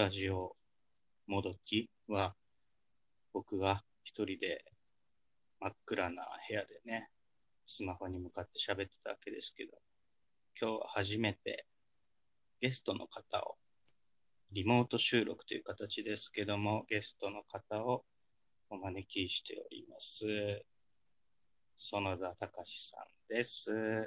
ジオもどきは、僕が一人で真っ暗な部屋でね、スマホに向かって喋ってたわけですけど、今日は初めてゲストの方を、リモート収録という形ですけども、ゲストの方をお招きしております。園田隆さんです。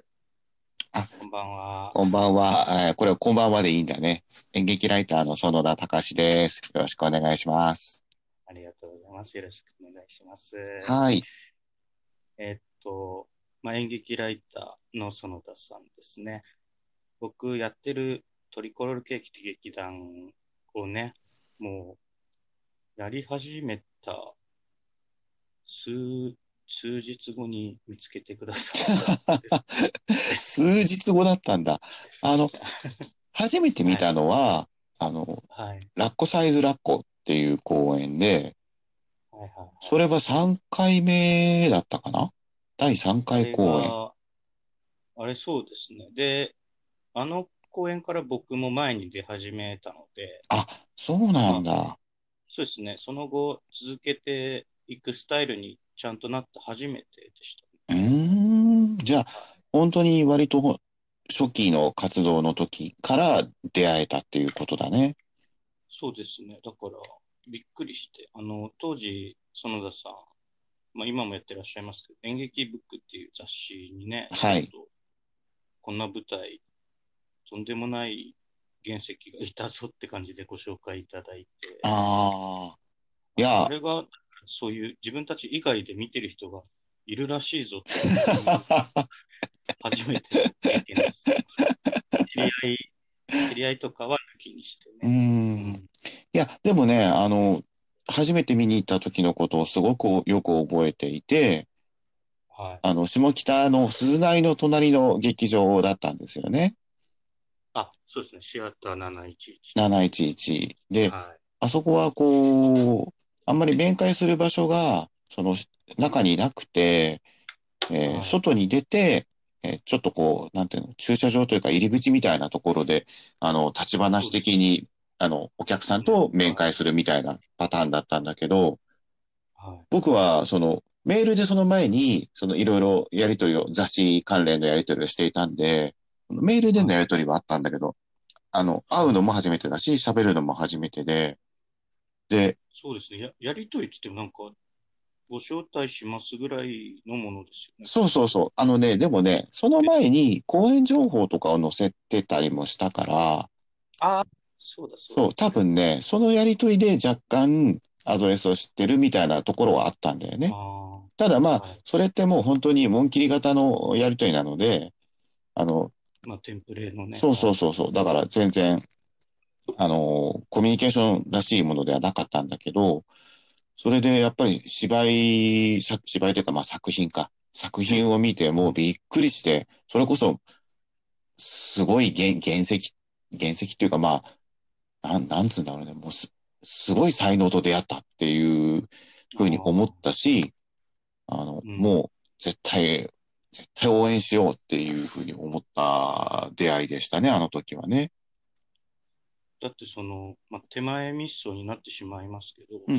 あ、 こんばんは。 こんばんは。これ、こんばんはでいいんだね。演劇ライターの園田隆です。よろしくお願いします。 ありがとうございます。よろしくお願いします。 はい。 えっと、演劇ライターの園田さんですね。僕やってるトリコロールケーキって劇団をね、もうやり始めた数、数日後に見つけてくださったんです数よね。 日後だったんだ。あの、初めて見はい。 たのは、あの、 はい。 ラッコサイズラッコっていう公演で、 はいはいはい。 それは3回目だったかな。第3 あれ回公演。 が、あれそうですね。で、あの公演から僕も前に出始めたので、 あ、そうなまあ、 んだ。 そうですね。その後続けていくスタイルにちゃんとなって初めてでしたね。 じゃあ、本当に割と初期の活動の時から出会えたっていうことだね。 そうですね。だから、びっくりして、当時、園田さん、今もやってらっしゃいますけど、演劇ブックっていう雑誌にね、ちょはい。 っと、こんな舞台、とんでもない原石がいたぞって感じでご紹介いただいて、 ああ、いや、 あれが、そういう自分たち以外で見てる人がいるらしいぞっていう初めての経験ですよ。知り合い、知り合いとかは抜きにしてうーね。うん。いん。 や、でもね、初めて見に行った時のことをすごくよく覚えていて、 はい。 下北の鈴内の隣の劇場だったんですよね。 あ、そうですね。シアター711です。 711。で、 はい。 あそこはあんまり面会する場所が、中になくて、 はい。 外に出て、ちょっとなんていうの、駐車場というか入り口みたいなところで、立ち話そうですね。 的に、お客さんですね。 と面はい。 会するみたいなパターンだったんだけど、 はい。 僕は、メールでその前に、いろいろやりとりを、雑誌関連のやりとりをしていたんで、メールでのはい。 やりとりはあったんだけど、会うはい。 のも初めてだし、喋るのも初めてで、で、 そうですね。やりとりって言ってもご招待しますぐらいのものですよね、 そうそうそう。でもね、そので、 前に公演情報とかを載せてたりもしたから、 ああ、そうだそうだ。 そう、多分ね、そのやりとりで若干アドレスを知ってるみたいなところはあったんだよね。 あただまあ、 あ、はい。 それってもう本当に紋切り型のやりとりなので、あの、 テンプレのね、 そうはい。 そうそうそう。だから全然、コミュニケーションらしいものではなかったんだけど、それでやっぱり芝居というかまあ作品か。作品を見てもうびっくりして、それこそすごい原石っていうかまあ、なんつうんだろうね。すごい才能と出会ったっていうふうに思っああ、 たし、 うん。 もう絶対応援しようっていうふうに思った出会いでしたね、あの時はね。 だって手前味噌になってしまいますけど、 うん、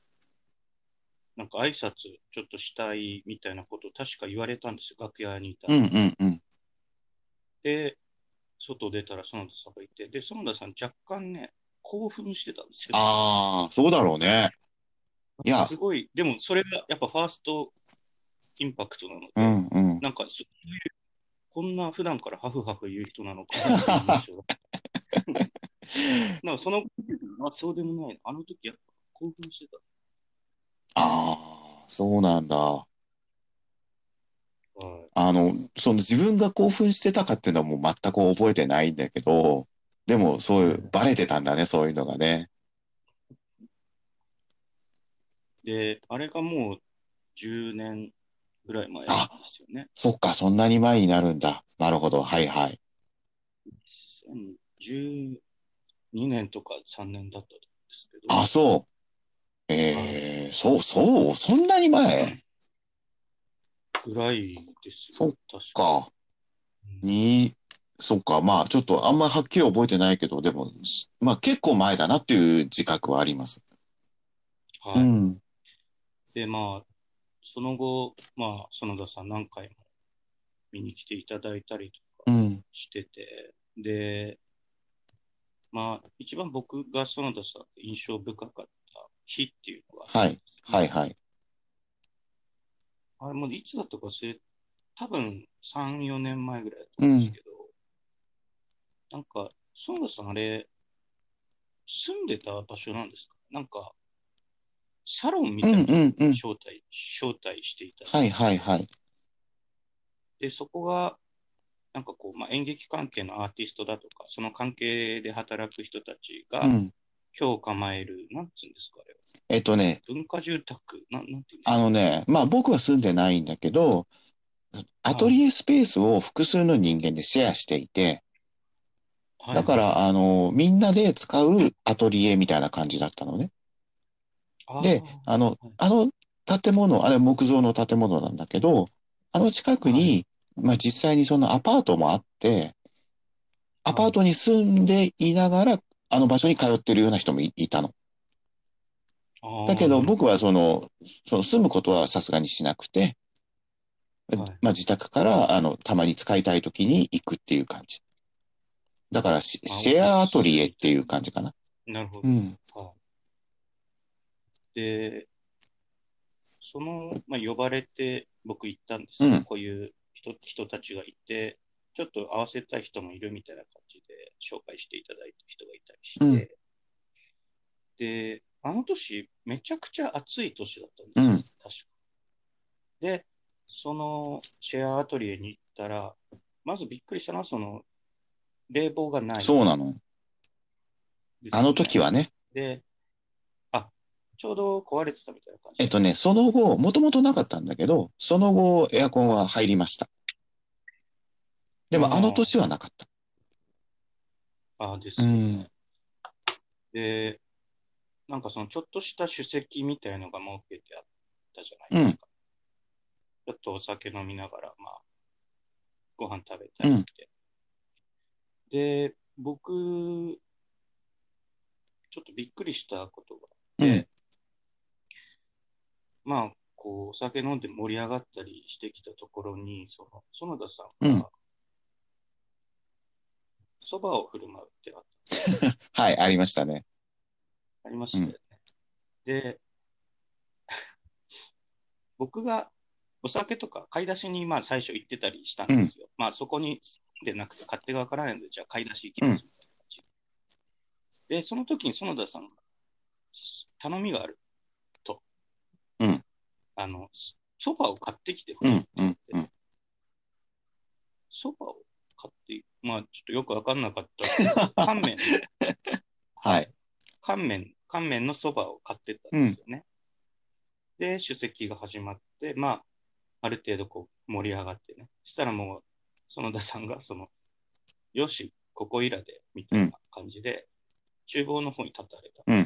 挨拶ちょっとしたいみたいなことを確か言われたんですよ、楽屋にいたうん、 ら。 うん、うん。 で、外出たら園田さんがいて、で、園田さん若干ね、興奮してたんですよ。 ああ、そうだろうね。いや、 すごい、でもそれがやっぱファーストインパクトなので、 うん、うん。 こんな普段からハフハフ言う人なのかなっていう印象だ。その、そうでもないな。あの時やっぱ興奮してた。 ああ、そうなんだ。 はい。 その自分が興奮してたかっていうのはもう全く覚えてないんだけど、でもそういう、バレてたんだね、そういうのがね。 で、あれがもう10年ぐらい前であ、 すよね。 そっか、そんなに前になるんだ。なるほど、はいはい。 2012年とか3年だったんですけど、 あ、そう。 はい。 そんなに前。 ぐらいですよ。 そっ確か。 か。 うん、 に、 そっか、まあちょっとあんまはっきり覚えてないけど、でも、まあ結構前だなっていう自覚はあります。うはい。 ん、 で、まあ、その後、まあ、園田さん何回も見に来ていただいたりとかうん、 してて、で、まあ、一番僕が園田さんって印象深かった日っていうのがあってはい、 ですね。 はい、はい。 あれもういつだったか多分3、4年前ぐらいだとうん、 思うんですけど、なんか、園田さんあれ、住んでた場所なんですか？なんか、サロンみうん、 たいなとこうん、うん。 招待していただはい、はい、 いて、 はい。 で、そこが、なんかこう、まあ、演劇関係のアーティストだとか、その関係で働く人たちが、 うん。 今日構える、なんつうんですか、あれは。 ね、 文化住宅、なんていうんですか。 まあ僕は住んでないんだけど、アトはい。 リエスペースを複数の人間でシェアしていて、 はい、はい。 だから、みんなで使うアトリエみたいな感じだったのね。 ああ、 で、 はい。 建物、あれ木造の建物なんだけど、あの近くはい。 に、まあ実際にそのアパートもあって、アパーはい。 トに住んでいながら、あの場所に通ってるような人もいたの。だああ、 けどなるほど。 僕はその住むことはさすがにしなくて、 はい。 まあ自宅から、たまに使いたい時に行くっていう感じ。だからまあ、オフィシェアアトリスエっていうみたいな。 感じかな。 なるほど。 うん。 はい。で、まあ、呼ばれて僕行ったんですよ。 うん。 こういう人たちがいて、ちょっと合わせたい人もいるみたいな感じで紹介していただいた人がいたりしうん。 て、で、あの年、めちゃくちゃ暑い年だったんでうん。 すよ。確か。で、そのシェアアトリエに行ったら、まずびっくりしたのは、冷房がないそうなの。あのですよね。 時はね。 で、あ、ちょうど壊れてたみたいな感じだったんですその後、もともとなかったんだけど、その後、エアコンか？はは入りました。でい。 も、あの年はなかった。 でうん。 すよね。で、なんかそのちょっとした首席みたいのが設けてあったじゃないうん。 ですか。ちょっとお酒飲みながら、まあ、ご飯食べたうん。 りって。で、僕、ちょっとびっくりしたことがあっうん。 て、まあ、こう、お酒飲んで盛り上がったりしてきたところに、園田さんうん。 が蕎麦を振る舞うってはい、ありましたね。 ありまうん。 したよね。で、僕がお酒とか買い出しにまあ最初行ってたりしたんうん。 ですよ。まあそこに住んでなくて勝手がわからないので、じゃあ買い出し行きうん。 ますみたいな感じで、その時に園田さんが頼みがあると、 うん。 蕎麦を買ってきてほうん。 しいってうん。 言って、 うん。 蕎麦を買って、まあちょっとよくわかんなかったんですけど、乾麺の、はい、 はい。 乾麺の蕎麦を買ってったんうん。 ですよね。で、首席が始まって、まあ、ある程度こう盛り上がってね。したらもう、園田さんがよし、ここいらで、みたうん。 いな感じで、厨房の方に立たれたんうん。 です。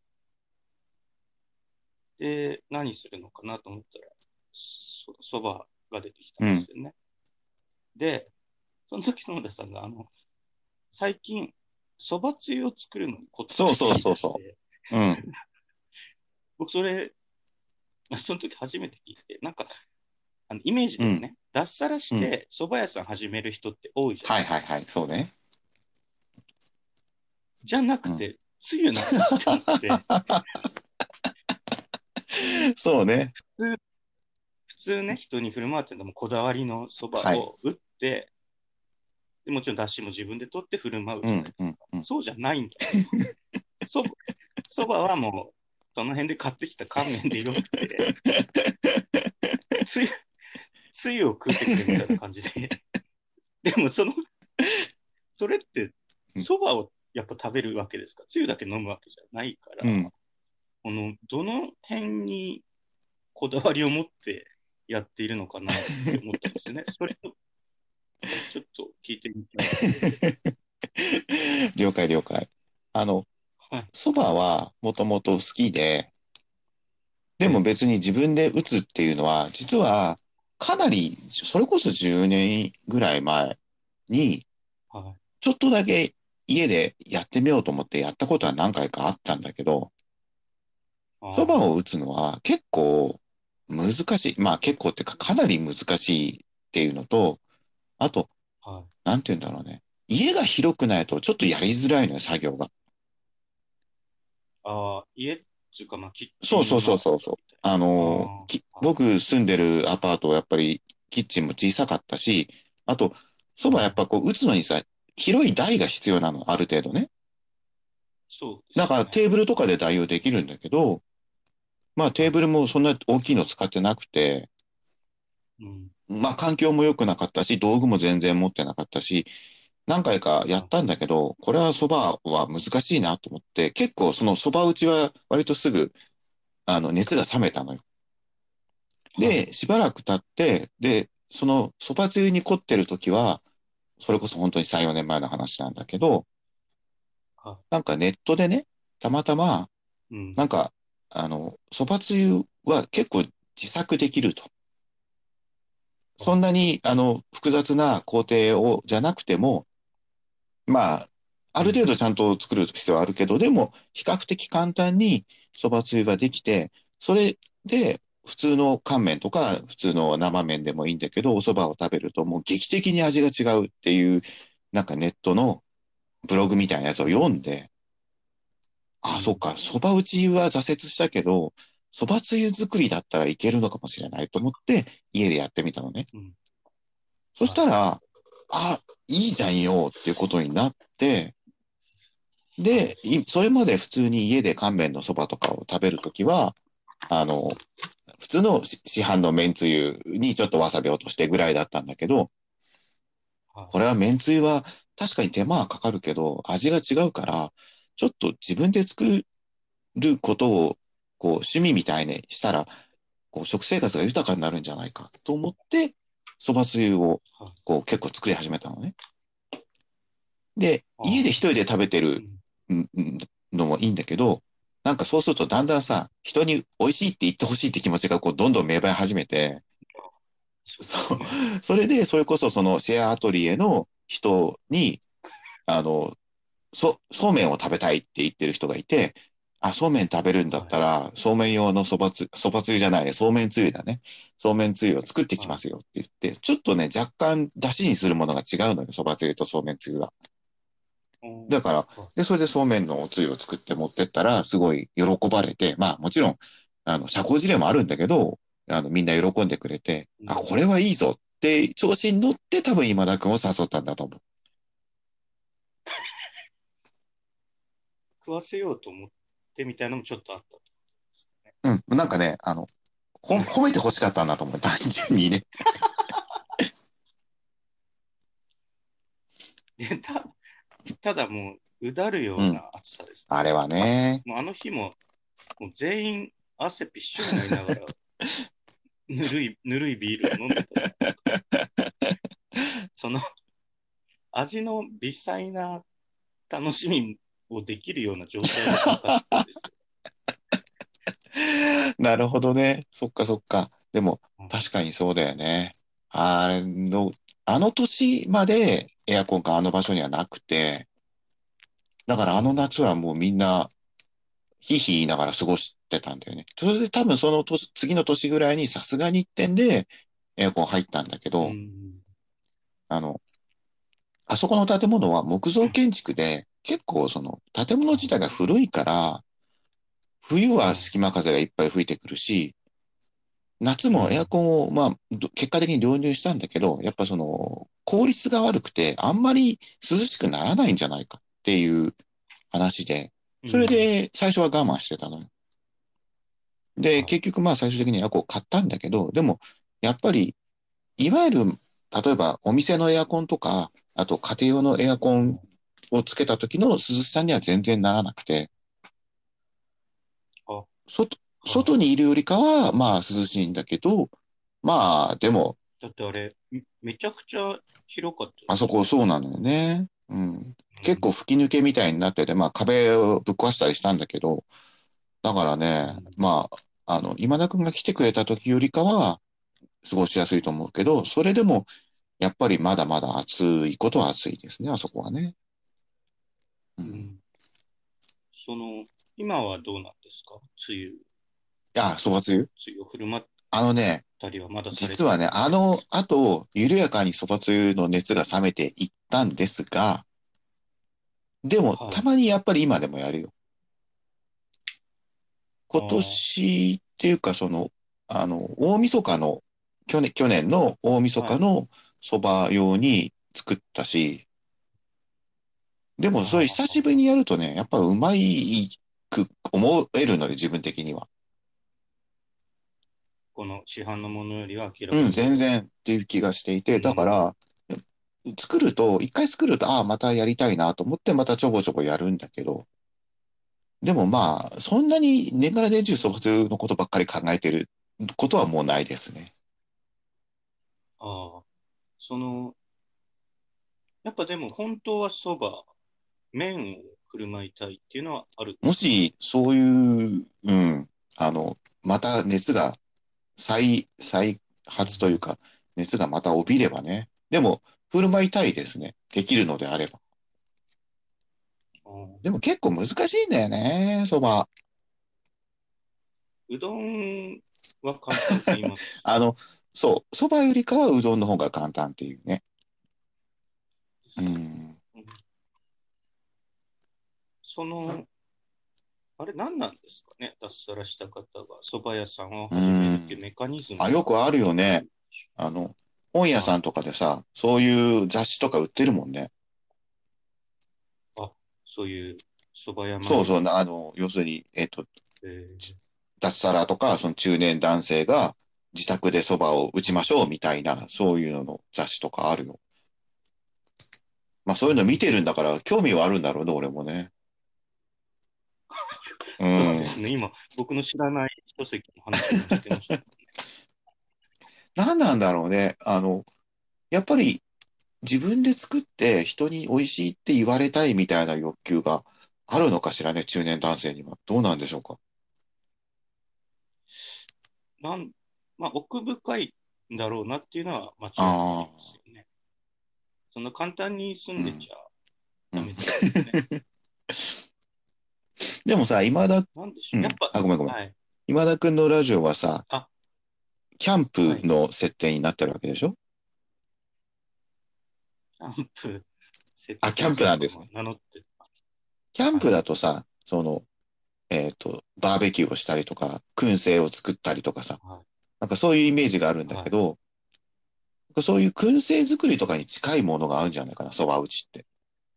で、何するのかなと思ったら、そばが出てきたんうん。 ですよね。で、その時園田さんが、最近、そばつゆを作るのに凝ってるってそうそう言いそうそ出して、 う。うん。 僕それ、その時初めて聞いて、なんか、イメージうん。 ではね、脱サラしうん。 て蕎麦屋さん始める人って多いじゃないですか。 はいはいはい。そうね。 じゃなくうん。 て、つゆなんだって思って、 そうね。 普通ね、人に振る舞ってるのもこだわりの蕎麦はい。 を打って、でもちろん出汁も自分で取って振る舞ううん。うん。 じゃないですか。 うん。 そうじゃないんだと。そ蕎麦はもう、その辺で買ってきた乾麺でよくて、つゆ、つゆを食ってくれみたいな感じで。でもそれって、蕎麦をやっぱ食べるわけですから、つゆだけ飲むわけじゃないから、 うん。 どの辺にこだわりを持ってやっているのかなって思ったんですよね。それをちょっと聞いてみたいなと。 了解了解。あの、 はい。 蕎麦はもともと好きで、でもえ別に自分で打つっていうのは、実はかなり、それこそ10年ぐらい前に、 はい。 ちょっとだけ家でやってみようと思ってやったことは何回かあったんだけど、そばをあ打つのは結構難しい。まあ結構っていうかかなり難しいっていうのと、あと、 あ、はい。 なんて言うんだろうね。家が広くないとちょっとやりづらいのよ、作業が。 ああ、家っていうか、まあ、キッチそうそうン周りそうそうそう。 みたいな。ああ、はい。 僕住んでるアパートはやっぱりキッチンも小さかったし、あと、そばやっぱああ、 こう打つのにさ、広い台が必要なの、ある程度ね。 そうでだからすよね。 テーブルとかで代用できるんだけど、まあテーはブルもそんな大きいの使ってなくて、 い。うん。 まあ環境も良くなかったし、道具も全然持ってなかったし、何回かやはい。 ったんだけど、これは蕎麦は難しいなと思って、結構その蕎麦打ちは割とすぐ、熱が冷めたのよ。 はい。 で、しばらく経って、で、その蕎麦つゆに凝ってる時は、それこそ本当に3、4年前の話なんだけど、 はなんかネットでね、たまたま、 い。うん。 なんか、蕎麦つゆは結構自作できると。そんはなに、複雑な工程じゃなくても、まあ、あい。うん。 る程度ちゃんと作る必要はあるけど、でも、比較的簡単に蕎麦つゆができて、それで、普通の乾麺とか、普通の生麺でもいいんだけど、お蕎麦を食べるともう劇的に味が違うっていう、なんかネットのブログみたいなやつをうん。 読んで、あ、そっうん。 か、蕎麦打ちは挫折したけど、蕎麦つゆ作りだったらいけるのかもしれないと思って、家でやってみたのね。 うん。 そしはい。 たら、あ、いいじゃんよっていうことになって、 はい。 で、それまで普通に家で乾麺のそばとかを食べるときは、あの、普通の市販の麺つゆにちょっとわさび落としてぐらいだったんだけど、 はこれは麺つゆは確かに手間はかかるけど、味が違うから、ちょっと自分で作ることを、こう、趣味みたいにしたら、こう、食生活が豊かになるんじゃないかと思って、そばつゆを、 い。はい。 こう、結構作り始めたのね。で、家で一ああ。 人で食べてるうん。 のもいいんだけど、なんかそうするとだんだんさ、人に美味しいって言ってほしいって気持ちがこうどんどん芽生え始めて、 そうでそう、 すね。 それでそれこそそのシェアアトリエの人に、あの、そうめんを食べたいって言ってる人がいて、あ、そうめん食べるんだっはい。 たら、そうめん用のそばつゆじゃないね、そうめんつゆだね。そうめんつゆを作ってきはい。 ますよって言って、ちょっとね、若干出汁にするものが違うのよ、そばつゆとそうめんつゆは。 おー、 だから、 はい。 で、それでそうめんのおつゆを作って持ってったら、すごい喜ばれて、まあもちろん、社交辞令もあるんだけど、みんな喜んでくれて、あ、 うん。 これはいいぞって調子に乗って多分今田くんを誘ったんだと思食わせようと思ってみたいなのもちょっとあったとですかね。 う。うん。なんかね、褒めて欲しかったんだと思う。単純にね。 で、ただもう、うだるよううん。 な暑さですね。 あれはね。 もうあの日も、もう全員汗びっしょりになりながら、ぬるいビールを飲んでたじゃないですか。その味の微細な楽しみをできるような状態でもなかったですよ。 なるほどね。そっかそっか。でも、 うん。 確かにそうだよね。あれの、あの年までエアコンがあの場所にはなくて、だからあのうん。 夏はもうみんな、ひいひい言いながら過ごしてたんだよね。それで多分その年、次の年ぐらいにさすがに一点でエアコン入ったんだけうど、 ん。 あの、あそこの建物は木造建築で、結構その建物はい。 自体が古いから、冬はは隙間風がいっぱい吹いてくるし、夏い。うもエアん。 コンを、まあ、結果的に導入したんだけど、やっぱその、効率が悪くて、あんまり涼しくならないんじゃないかっていう話で、それうん。 で最初は我慢してたの。で、 は結局まあ最終的にエアコンを買ったんだけど、でも、やっぱり、いわゆる、例えばお店のエアコンとか、あと家庭用のエアコい。うンん。 をつけた時の涼しさには全然ならなくて、 あ、 外はにいるよりかは、まあ涼しいんだけど、まあでも、 い。だってあれ、めちゃくちゃ広かったであそすよね。 こそうなのよね。うん。結構うん。 吹き抜けみたいになってて、まあ壁をぶっ壊したりしたんだけど、だからね、 うん。 まあ、今田くんが来てくれた時よりかは、過ごしやすいと思うけど、それでも、 やっぱりまだまだ暑いことは暑いですね、あそこはね。うん。 うん。今はどうなんですか？梅雨、 あ、そばつゆ梅雨を振る舞っあのね、 たりはまだされ実はね、 てるんですか？ 後、緩やかにそばつゆの熱が冷めていったんですが、でも、 はい。 たまにやっぱり今でもやるよ。今あ年っていうか、大晦日の、去年の大晦あ、はい。 日のそば用に作ったし、でも、そういう久しぶりああ、 にやるとね、やっぱうまいく思えるので、自分的には。 この市販のものよりは明らうん、 かに。 全然っていう気がしていて、だかうん。 ら、一回作ると、ああ、またやりたいなと思って、またちょこちょこやるんだけど、でもまあ、そんなに年がら年中そばつゆのことばっかり考えてることはもうないですね。 ああ、その、やっぱでも本当はそば、麺を振る舞いたいっていうのはあるんですか？ もし、そういう、うん、また熱が再発というか、熱がまた帯びればね。でも、振る舞いたいですね。できるのであれば。 ああ、 でも結構難しいんだよね、そば。 うどんは簡単と言います。 あの、そう、そばよりかはうどんの方が簡単っていうね。うですよね。 ん。 うん。その、あれ何なんですかね、脱サラした方が蕎麦屋さんをう始めるっていうん。 メカニズムあ、よくあるよね。 はあるんでしあの、本ょう。はい。 屋さんとかでさ、そういう雑誌とか売ってるもんね。 あ、そういう蕎麦屋マそうそう、 ニア。 要するに、 え脱サラとか、その中年男性が自宅で蕎麦を打ちましょうみたいな、そういうのの雑誌とかあるよ。まあそういうの見てるんだから興味はあるんだろうね、俺もね。うん。 そうですね。今、僕の知らない書籍の話を今してました。 何なんだろうね。やっぱり自分で作って人に美味しいって言われたいみたいな欲求があるのかしらね、中年男性には。どうなんでしょうか。 なん、まあ、奥深いんだろうなっていうのは間違いないですあよね。そんな簡単に済あ、うん、 んでちゃうん。 ダメですもんね。 でもさ、 なんでしょう。やっうん。 ぱ、 あ、ごめんごめん。 はい。 今田くんのラジオはさ、 あ、 キャンプはい。 の設定になってるわけでしょ？ キャンプ、設あ、キャン定というか、まあ、 プなんですね。 名乗ってます。 キャンプはい。 だとさ、バーベキューをしたりとか、燻製を作ったりとかさ、 はい。 なんかそういうイメージがあるんだはい。 けど、そういう燻製作りとかに近いものがあるんじゃないかな、蕎麦打ちって。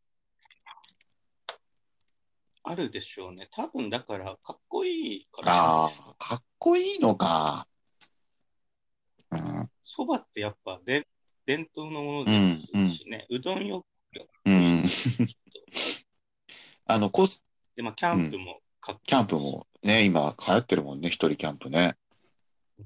あるでしょうね。多分、だから、かっこいいからじゃないですか。 ああ、かっこいいのか。うん、 そばってやっぱ伝統のものうん、 ですうん、 しね。うどんよりかっうん。 こいいんでしょうね、きっと。 あの、コス、 で、まあ、キャうん、 ンプもかっキャンこいいし。 プもね、今流行ってるもんね、一人キャンプね。 うん、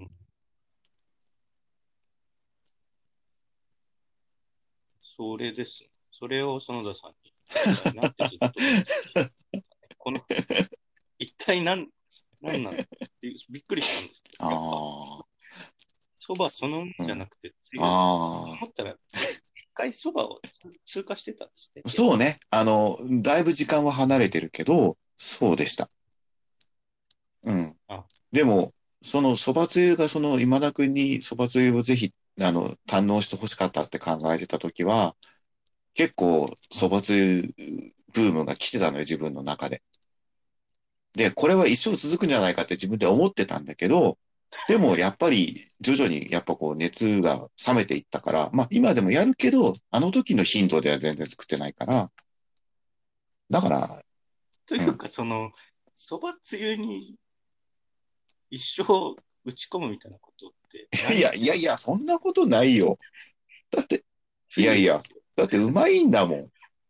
それですね。それを園田さんに聞きたいなってずっと思ってました。この、一体なんなのってびっくりしたんですけど、 あやっぱ、 あ、 そばそのものうん、 じゃなくて、つゆとあ思ったら、一回そばを通過してたんですね、 あ、 結構。 そうね。だいぶ時間は離れてるけど、そうでした。うん。 あ、 でも、その蕎麦つゆが今田くんに蕎麦つゆをぜひ、堪能して欲しかったって考えてた時は、結構蕎はい。 麦つゆブームが来てたのよ、自分の中で。で、これは一生続くんじゃないかって自分で思ってたんだけど、でもやっぱり徐々にやっぱこう熱が冷めていったから、まあ今でもやるけど、あの時の頻度では全然作ってないから、だから、うん。 というか、そばつゆに一生打ち込むみたいなことってないやいいやいや、 じゃないですか。 そんなことないよ。だって、いつやいや、 ゆですよ。 だってうまいんだもん。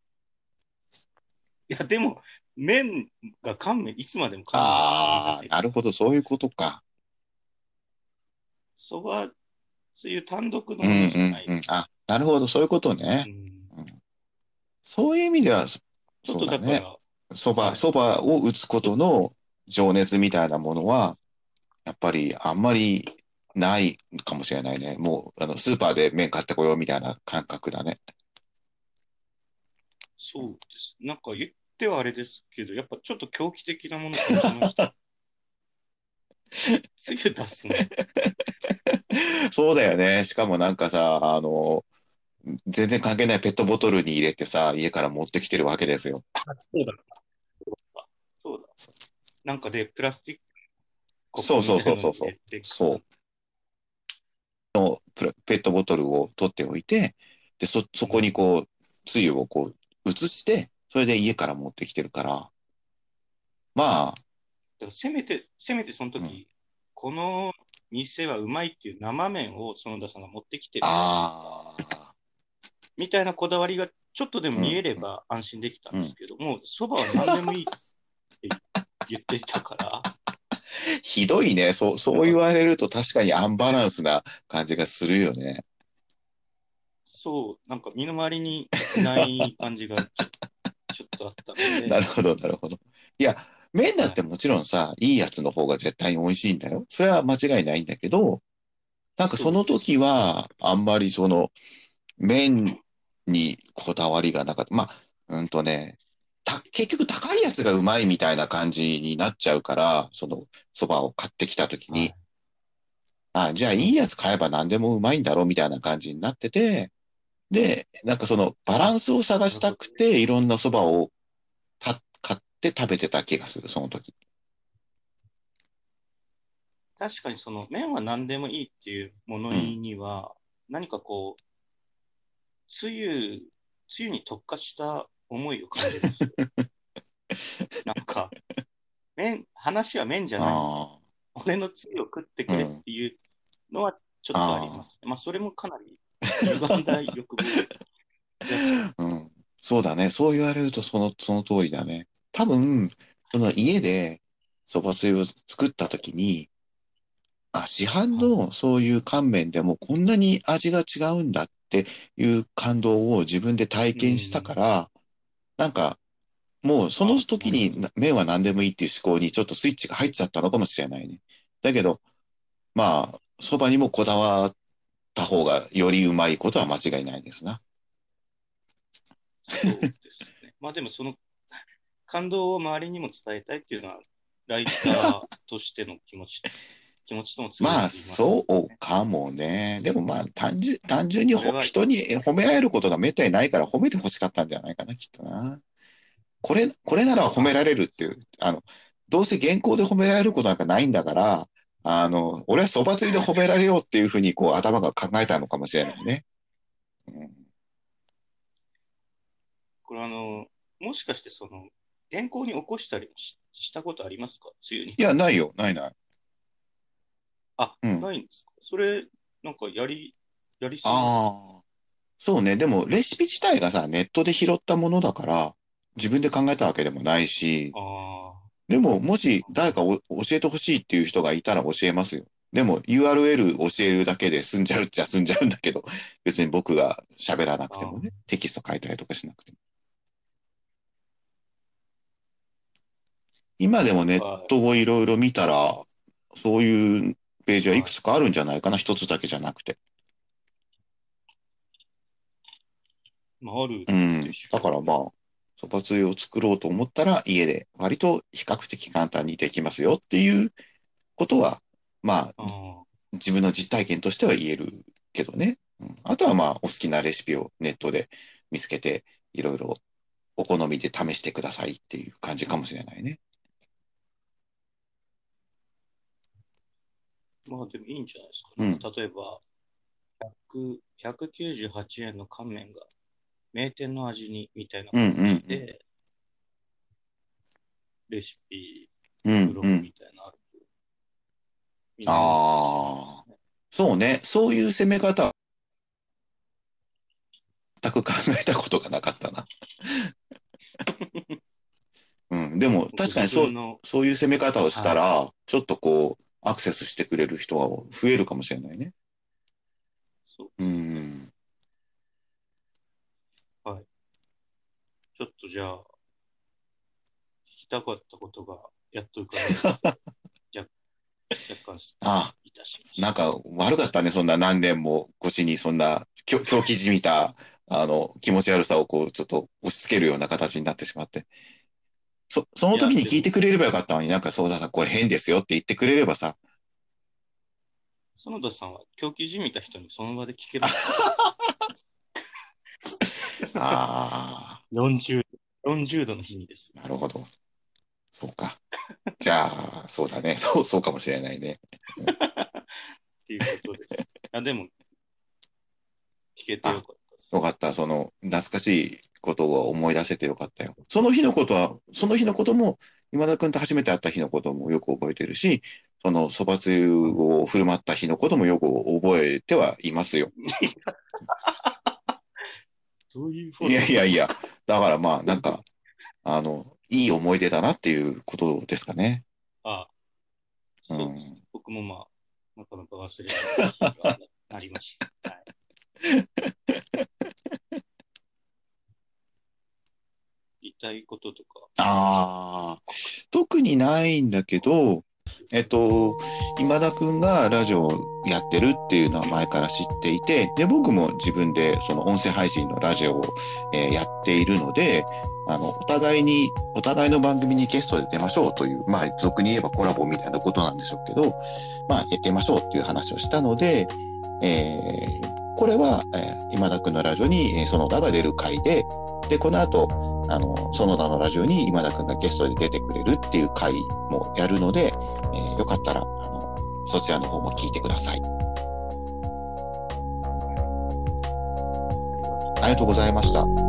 いや、でも、麺がいつまでも乾麺って言うじゃああ、 ないですか。 なるほど、そういうことか。 そばつゆ単独のうんものじゃなうんうん。 いですか。 あ、なるほど、そういうことね。 うん。 うん、そういう意味では、 ちょっそうだね。 とだから、はい。 そばを打つこちょ、 との情熱みたいなものは、やっぱりあんまりないかもしれないね。もう、スーパーで麺買ってこようみたいな感覚だね。 そうです。なんか言ってはあれですけど、やっぱちょっと狂気的なもの感じました。つゆ出すの。 そうだよね。しかもなんかさ、全然関係ないペットボトルに入れてさ、家から持ってきてるわけですよ。 あ、そうだ。そうだ。なんかで、プラスチックコッそうそうプみたいのにそうそうそう。 入れて、 そう。ペットボトルを取っておいて、で、そこにうん。 こう、つゆをこう、移して、それで家から持ってきてるから、まあ、 だからせめてそのうん。 時、この店はうまいっていう生麺を園田さんが持ってきてるあみたいなこだわりがちょっとでもあ、う見えん、 れば安心できたんうん。 ですけど、もうそばは何でもいいって言ってたから、 ひどいね。そう言なんかわれると確かにアンバランスな感じがするよね。 そう、なんか身の回りにいない感じがちょっとあったので、 なるほど、なるほど。いや、麺だはい。 ってもちろんさ、いいやつの方が絶対に美味しいんだよ。それは間違いないんだけど、なんかそそうですの時ね。 は、あんまりその、麺にこだわりがなかった。まあ、ね、結局高いやつがうまいみたいな感じになっちゃうから、その蕎麦を買ってきた時に、 はい。 あ、じゃあいはい。 いやつ買えば何でもうまいんだろうみたいな感じになってて、で、なんかそのバラあ、 ンスを探しなるほどね。 たくて、いろんな蕎麦を買って食べてた気がする、その時。 確かにその麺は何でもいいっていう物うん。 言いには、何かこう、つゆ、つゆに特化した思いを感じますよ。なんか、話は麺じゃないんだ。 あ俺のつゆを食ってあ、うくれっん。 ていうのはちょっとありまあすね。まあ、それもかなり歪んだ欲望な気がする。 あ、うん。そうだね。そう言われるとその通りだね。多分、その家で蕎麦つゆを作った時に、あ、市販はい。 のそういう乾麺でもこんなに味が違うんだっていう感動を自分で体う験したん。 から、なんか、もうそのあ、な時るほど。 に麺は何でもいいっていう思考にちょっとスイッチが入っちゃったのかもしれないね。だけど、まあ、蕎麦にもこだわった方がよりうまいことは間違いないですな。 そうですね。まあでもその感動を周りにも伝えたいっていうのは、ライターとしての気持ちとも通まあ、 じますそうね。 かもね。でもまあ、単純にこれは、 人に褒められることがめったにないから褒めて欲しかったんじゃないかな、きっとな。これなら褒めあ、 られるっていう、 そう。 どうせ原稿で褒められることなんかないんだから、俺はそばついで褒められようっていうふうにこう頭が考えたのかもしれないね。うん、 これもしかして原稿に起こしたりしたことありますか、梅雨にいや、 ついて。 ないよ、ないない。 あ、 うん。 ないんですか。それ、なんかやりそうですね。 ああ、そうね。でも、レシピ自体がさ、ネットで拾ったものだから、自分で考えたわけでもないし、 ああ、 でも、もし誰か教えてほしいっていう人がいたら教えますよ。でも、URL 教えるだけで済んじゃうっちゃ済んじゃうんだけど、別に僕が喋らなくてもあね、テキスト書いたりとかしなくても。今でもネッあ、はい。 トをいろいろ見たら、そういうページはいくはい。 つかあるんじゃないかな、一つだけじゃなくて。 まあ、あるうん。 でしだかょうね。 らまあ、そばつゆを作ろうと思ったら、家で割と比較的簡単にできますよっていうことは、まあ、 ああ、 自分の実体験としては言えるけどね。うん、あとはまあ、お好きなレシピをネットで見つけて、いろいろお好みで試してくださいっていう感じかもしれないね。 まあでもいいんじゃないですか。なんかうん。 例えば、198円の乾麺が名店の味にみたいなうんう感んうん。 じで、レシピうんうん。 ブログみたいなのあると見られるのかもしれないですああ、 ね。 そうね。そういう攻め方は全く考えたことがなかったな。うん。でも、 ご自確かに分の、 そういう攻め方をしたはい、 ら、ちょっとこう、アクセスしてくれる人は増えるかもしれないね。 そううですね。 ん。 はい。ちょっとじゃあ、聞きたかったことがやっと伺えて、じゃあ若干失あ礼いたしました。 なんか悪かったね。そんな何年も越しにそんな狂気じみた、気持ち悪さをこう、ちょっと押し付けるような形になってしまって。そのいや、 時にでも、 聞いてくれればよかったのに、なんかそうださ、これ変ですよって言ってくれればさ。 園田さんは狂気じみた人にその場で聞けばあ 40、40度の日にです。 なるほど。そうか。じゃあ、そうだね。そうかもしれないね。 っていうことです。でも、聞けてよあ、 かったです。 よかった。懐かしいことを思い出せてよかったよ。その日のことも、今田くんと初めて会った日のこともよく覚えてるし、そばつゆを振る舞った日のこともよく覚えてはいますよ。 どういうフォいローなんやいやいや、 ですか？ だからまあ、なんか、いい思い出だなっていうことですかね。 あ、 うそうですね。 ん。 僕もまあ、なかなか忘れない日がありました。はい。言いたいこととか。 ああ、特にないんだけど、今田くんがラジオをやってるっていうのは前から知っていて、で、僕も自分でその音声配信のラジオを、やっているので、お互いの番組にゲストで出ましょうという、まあ、俗に言えばコラボみたいなことなんでしょうけど、まあ、やってみましょうっていう話をしたので、これは、今田くんのラジオに、園田が出る回で、で、この後、園田のラジオに今田くんがゲストで出てくれるっていう回もやるので、よかったら、そちらの方も聞いてください。ありがとうございました。